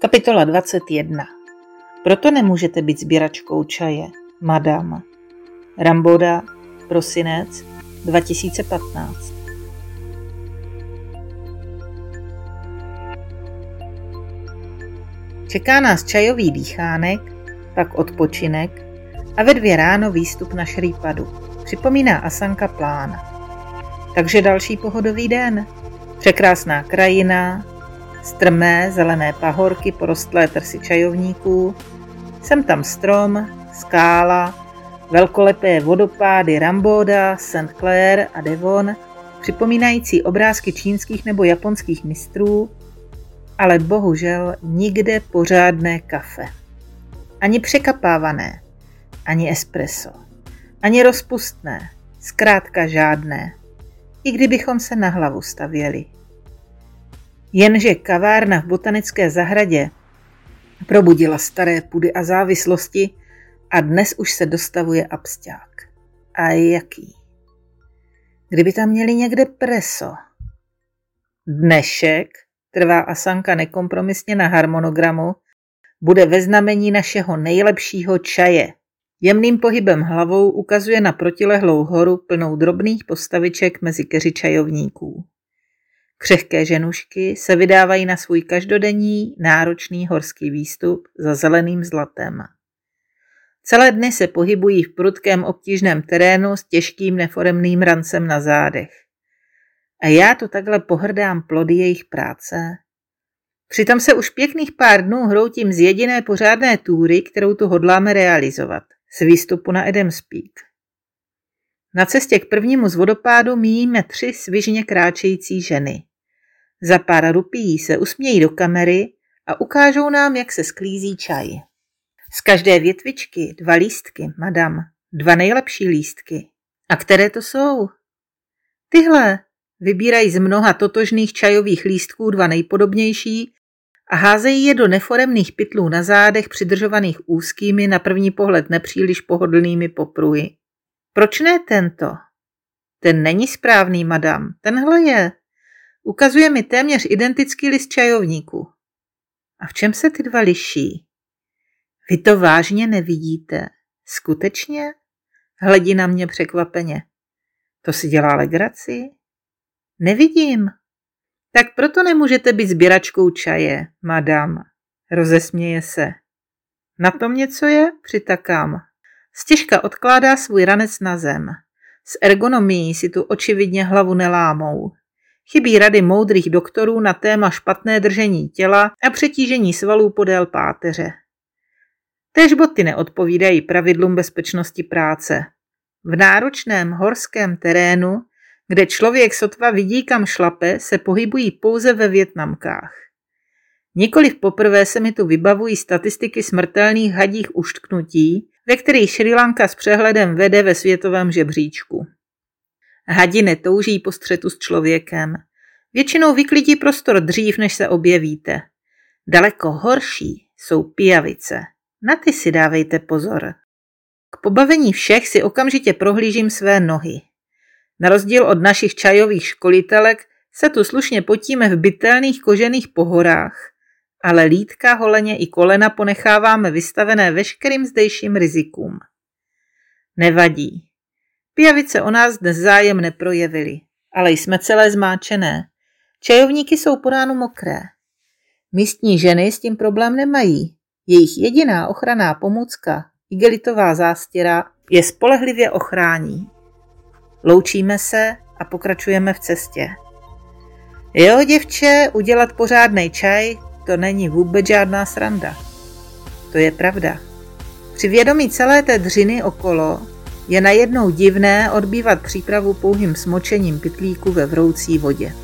Kapitola 21. Proto nemůžete být sběračkou čaje, madam. Ramboda, prosinec 2015. Čeká nás čajový dýchánek, pak odpočinek a ve 2 ráno výstup na Šrýpadu. Připomíná Asanka plán. Takže další pohodový den. Překrásná krajina, strmé zelené pahorky porostlé trsy čajovníků, sem tam strom, skála, velkolepé vodopády Ramboda, St. Clair a Devon, připomínající obrázky čínských nebo japonských mistrů, ale bohužel nikde pořádné kafe. Ani překapávané, ani espresso, ani rozpustné, zkrátka žádné, i kdybychom se na hlavu stavěli. Jenže kavárna v botanické zahradě probudila staré pudy a závislosti a dnes už se dostavuje absťák. A jaký? Kdyby tam měli někde preso. Dnešek, trvá Asanka nekompromisně na harmonogramu, bude ve znamení našeho nejlepšího čaje. Jemným pohybem hlavou ukazuje na protilehlou horu plnou drobných postaviček mezi keři čajovníků. Křehké ženušky se vydávají na svůj každodenní, náročný horský výstup za zeleným zlatem. Celé dny se pohybují v prudkém obtížném terénu s těžkým neforemným rancem na zádech. A já tu takhle pohrdám plody jejich práce. Přitom se už pěkných pár dnů hroutím z jediné pořádné túry, kterou tu hodláme realizovat, z výstupu na Adams Peak. Na cestě k prvnímu z vodopádu míjíme 3 svižně kráčející ženy. Za pár rupií se usmějí do kamery a ukážou nám, jak se sklízí čaj. Z každé větvičky 2 lístky, madam, 2 nejlepší lístky. A které to jsou? Tyhle. Vybírají z mnoha totožných čajových lístků 2 nejpodobnější a házejí je do neforemných pytlů na zádech přidržovaných úzkými, na první pohled nepříliš pohodlnými popruhy. Proč ne tento? Ten není správný, madam, tenhle je. Ukazuje mi téměř identický list čajovníku. A v čem se ty 2 liší? Vy to vážně nevidíte? Skutečně? Hledí na mě překvapeně. To si dělá legraci? Nevidím. Tak proto nemůžete být sběračkou čaje, madam. Rozesměje se. Na tom něco je? Přitakám. Stěžka odkládá svůj ranec na zem. S ergonomií si tu očividně hlavu nelámou. Chybí rady moudrých doktorů na téma špatné držení těla a přetížení svalů podél páteře. Též boty neodpovídají pravidlům bezpečnosti práce. V náročném horském terénu, kde člověk sotva vidí, kam šlape, se pohybují pouze ve vietnamkách. Nikoliv poprvé se mi tu vybavují statistiky smrtelných hadích uštknutí, ve kterých Srí Lanka s přehledem vede ve světovém žebříčku. Hadi netouží po střetu s člověkem. Většinou vyklidí prostor dřív, než se objevíte. Daleko horší jsou pijavice. Na ty si dávejte pozor. K pobavení všech si okamžitě prohlížím své nohy. Na rozdíl od našich čajových školitelek se tu slušně potíme v bytelných kožených pohorách, ale lítka, holeně i kolena ponecháváme vystavené veškerým zdejším rizikům. Nevadí. Pijavice o nás dnes zájem neprojevily, ale jsme celé zmáčené. Čajovníky jsou po ránu mokré. Místní ženy s tím problém nemají. Jejich jediná ochranná pomůcka, igelitová zástěra, je spolehlivě ochrání. Loučíme se a pokračujeme v cestě. Jo, děvče, udělat pořádnej čaj, to není vůbec žádná sranda. To je pravda. Při vědomí celé té dřiny okolo je najednou divné odbývat přípravu pouhým smočením pytlíku ve vroucí vodě.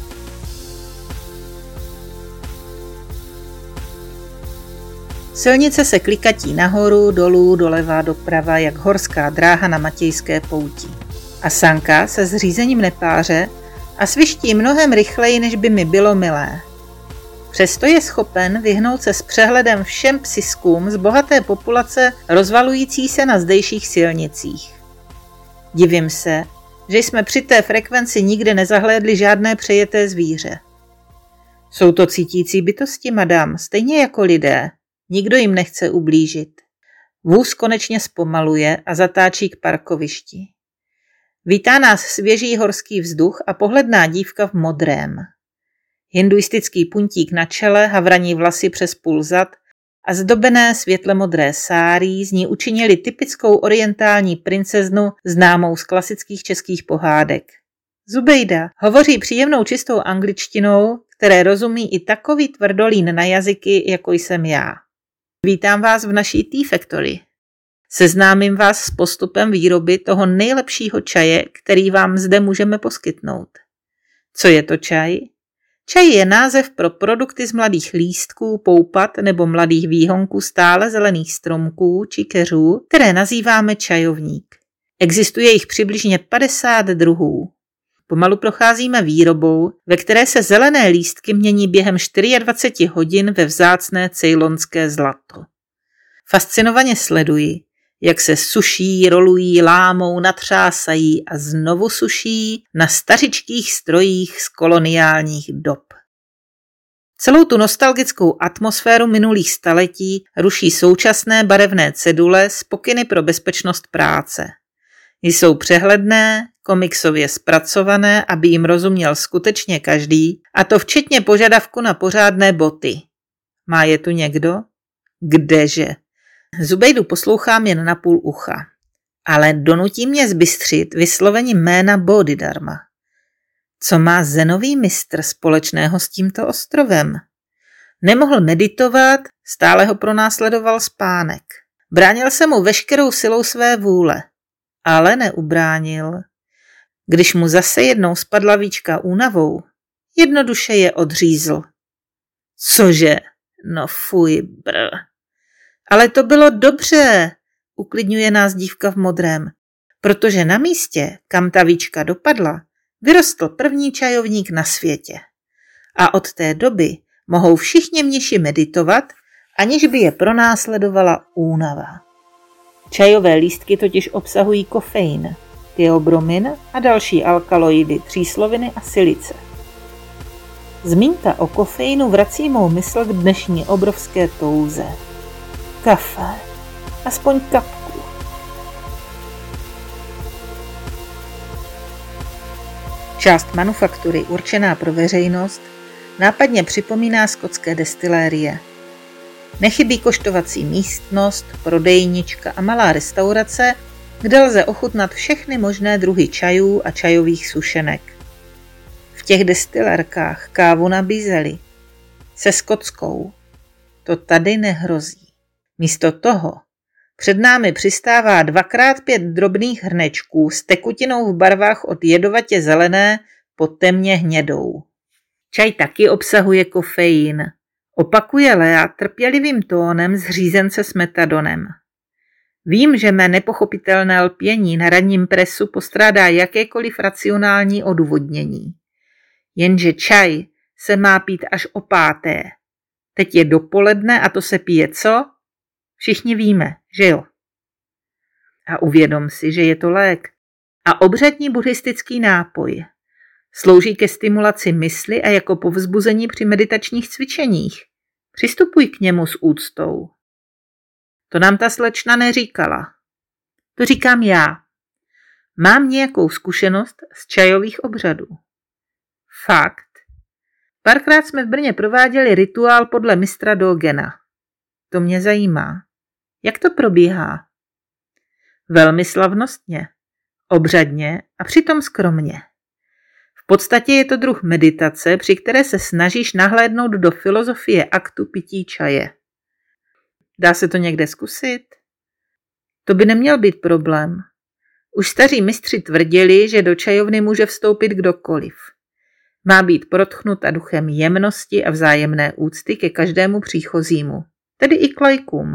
Silnice se klikatí nahoru, dolů, doleva, doprava, jak horská dráha na Matějské pouti. Asanka se s řízením nepáře a sviští mnohem rychleji, než by mi bylo milé. Přesto je schopen vyhnout se s přehledem všem psiskům z bohaté populace rozvalující se na zdejších silnicích. Divím se, že jsme při té frekvenci nikdy nezahlédli žádné přejeté zvíře. Jsou to cítící bytosti, madam, stejně jako lidé. Nikdo jim nechce ublížit. Vůz konečně zpomaluje a zatáčí k parkovišti. Vítá nás svěží horský vzduch a pohledná dívka v modrém. Hinduistický puntík na čele, havraní vlasy přes půl zad a zdobené světle modré sárí z ní učinili typickou orientální princeznu známou z klasických českých pohádek. Zubejda hovoří příjemnou čistou angličtinou, které rozumí i takový tvrdolín na jazyky, jako jsem já. Vítám vás v naší Tea Factory. Seznámím vás s postupem výroby toho nejlepšího čaje, který vám zde můžeme poskytnout. Co je to čaj? Čaj je název pro produkty z mladých lístků, poupat nebo mladých výhonků stále zelených stromků či keřů, které nazýváme čajovník. Existuje jich přibližně 50 druhů. Pomalu procházíme výrobou, ve které se zelené lístky mění během 24 hodin ve vzácné ceylonské zlato. Fascinovaně sleduji, jak se suší, rolují, lámou, natřásají a znovu suší na stařičkých strojích z koloniálních dob. Celou tu nostalgickou atmosféru minulých staletí ruší současné barevné cedule s pokyny pro bezpečnost práce. Jsou přehledné, komiksově zpracované, aby jim rozuměl skutečně každý, a to včetně požadavku na pořádné boty. Má je tu někdo? Kdeže? Zubejdu poslouchám jen na půl ucha, ale donutí mě zbystřit vyslovení jména Bodhidharma. Co má zenový mistr společného s tímto ostrovem? Nemohl meditovat, stále ho pronásledoval spánek. Bránil se mu veškerou silou své vůle, ale neubránil. Když mu zase jednou spadla víčka únavou, jednoduše je odřízl. Cože? No fuj, brr. Ale to bylo dobře, uklidňuje nás dívka v modrém, protože na místě, kam ta víčka dopadla, vyrostl první čajovník na světě. A od té doby mohou všichni mniši meditovat, aniž by je pronásledovala únava. Čajové lístky totiž obsahují kofein, theobromin a další alkaloidy, třísloviny a silice. Zmínka o kofeinu vrací mou mysl k dnešní obrovské touze. Kafe. Aspoň kapku. Část manufaktury určená pro veřejnost nápadně připomíná skotské destilérie. Nechybí koštovací místnost, prodejnička a malá restaurace, kde lze ochutnat všechny možné druhy čajů a čajových sušenek. V těch destilérkách kávu nabízeli se skotskou. To tady nehrozí. Místo toho před námi přistává 2x5 drobných hrnečků s tekutinou v barvách od jedovatě zelené po temně hnědou. Čaj taky obsahuje kofein, opakuje Lea trpělivým tónem z řízence s metadonem. Vím, že mé nepochopitelné lpění na ranním presu postrádá jakékoliv racionální odůvodnění. Jenže čaj se má pít až o 5. Teď je dopoledne a to se pije co? Všichni víme, že jo. A uvědom si, že je to lék a obřadní buddhistický nápoj. Slouží ke stimulaci mysli a jako povzbuzení při meditačních cvičeních. Přistupuj k němu s úctou. To nám ta slečna neříkala. To říkám já. Mám nějakou zkušenost z čajových obřadů. Fakt. Párkrát jsme v Brně prováděli rituál podle mistra Dogena. To mě zajímá. Jak to probíhá? Velmi slavnostně, obřadně a přitom skromně. V podstatě je to druh meditace, při které se snažíš nahlédnout do filozofie aktu pití čaje. Dá se to někde zkusit? To by neměl být problém. Už staří mistři tvrdili, že do čajovny může vstoupit kdokoliv. Má být protchnuta duchem jemnosti a vzájemné úcty ke každému příchozímu, tedy i k laikům.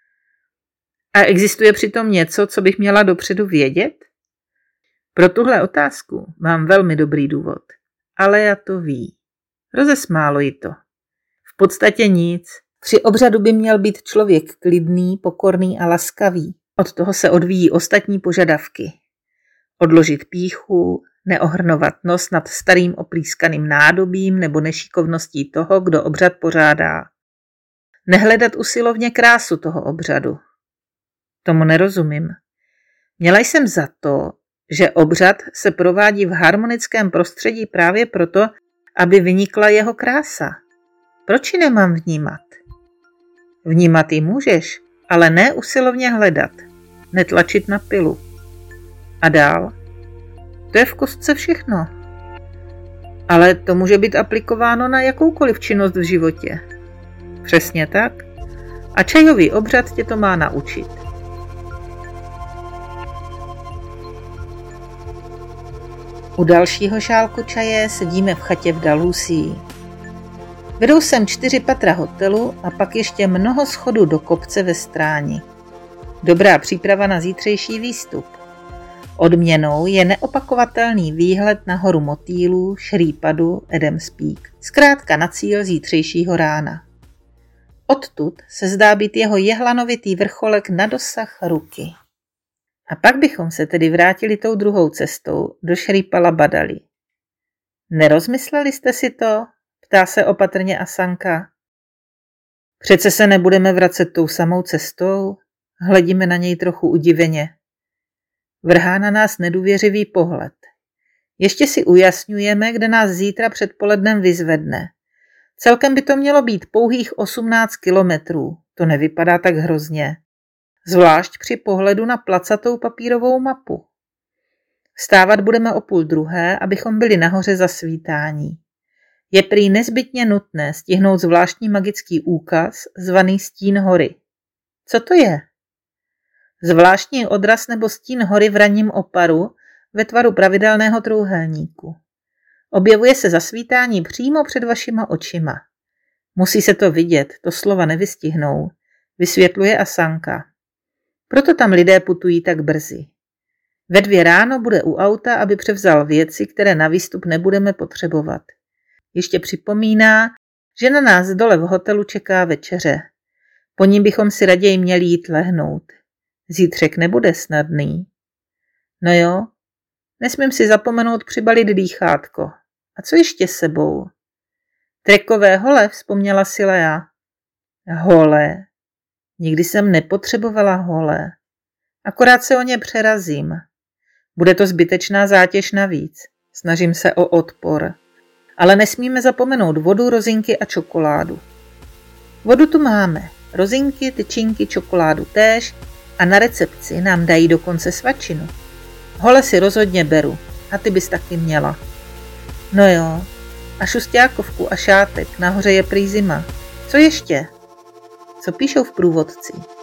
A existuje přitom něco, co bych měla dopředu vědět? Pro tuhle otázku mám velmi dobrý důvod, ale já to ví. Rozesmálo jí to. V podstatě nic. Při obřadu by měl být člověk klidný, pokorný a laskavý. Od toho se odvíjí ostatní požadavky. Odložit pýchu, Neohrnovat nos nad starým oplískaným nádobím nebo nešikovností toho, kdo obřad pořádá. Nehledat usilovně krásu toho obřadu. Tomu nerozumím. Měla jsem za to, že obřad se provádí v harmonickém prostředí právě proto, aby vynikla jeho krása. Proč ji nemám vnímat? Vnímat ji můžeš, ale ne usilovně hledat, netlačit na pilu. A dál? To je v kostce všechno. Ale to může být aplikováno na jakoukoliv činnost v životě. Přesně tak. A čajový obřad tě to má naučit. U dalšího šálku čaje sedíme v chatě v Dalusii. Vedou sem 4 patra hotelu a pak ještě mnoho schodů do kopce ve Stráni. Dobrá příprava na zítřejší výstup. Odměnou je neopakovatelný výhled na horu motýlů, Šrýpadu, Adams Peak. Zkrátka na cíl zítřejšího rána. Odtud se zdá být jeho jehlanovitý vrcholek na dosah ruky. A pak bychom se tedy vrátili tou druhou cestou do Šrýpala Badali. Nerozmysleli jste si to? Ptá se opatrně Asanka. Přece se nebudeme vracet tou samou cestou? Hledíme na něj trochu udiveně. Vrhá na nás nedůvěřivý pohled. Ještě si ujasňujeme, kde nás zítra předpolednem vyzvedne. Celkem by to mělo být pouhých 18 kilometrů. To nevypadá tak hrozně. Zvlášť při pohledu na placatou papírovou mapu. Vstávat budeme o 1:30, abychom byli nahoře za svítání. Je prý nezbytně nutné stihnout zvláštní magický úkaz zvaný Stín hory. Co to je? Zvláštní odraz nebo stín hory v ranním oparu ve tvaru pravidelného trojúhelníku. Objevuje se za svítání přímo před vašima očima. Musí se to vidět, to slova nevystihnou, vysvětluje Asanka. Proto tam lidé putují tak brzy. Ve 2 ráno bude u auta, aby převzal věci, které na výstup nebudeme potřebovat. Ještě připomíná, že na nás dole v hotelu čeká večeře. Po ní bychom si raději měli jít lehnout. Zítřek nebude snadný. No jo, nesmím si zapomenout přibalit dýchátko. A co ještě s sebou? Trekové hole, vzpomněla si Lea. Hole? Nikdy jsem nepotřebovala hole. Akorát se o ně přerazím. Bude to zbytečná zátěž navíc. Snažím se o odpor. Ale nesmíme zapomenout vodu, rozinky a čokoládu. Vodu tu máme. Rozinky, tyčinky, čokoládu též a na recepci nám dají dokonce svačinu. Hole si rozhodně beru a ty bys taky měla. No jo, a šusťákovku a šátek, nahoře je prý zima. Co ještě? Co píšou v průvodci?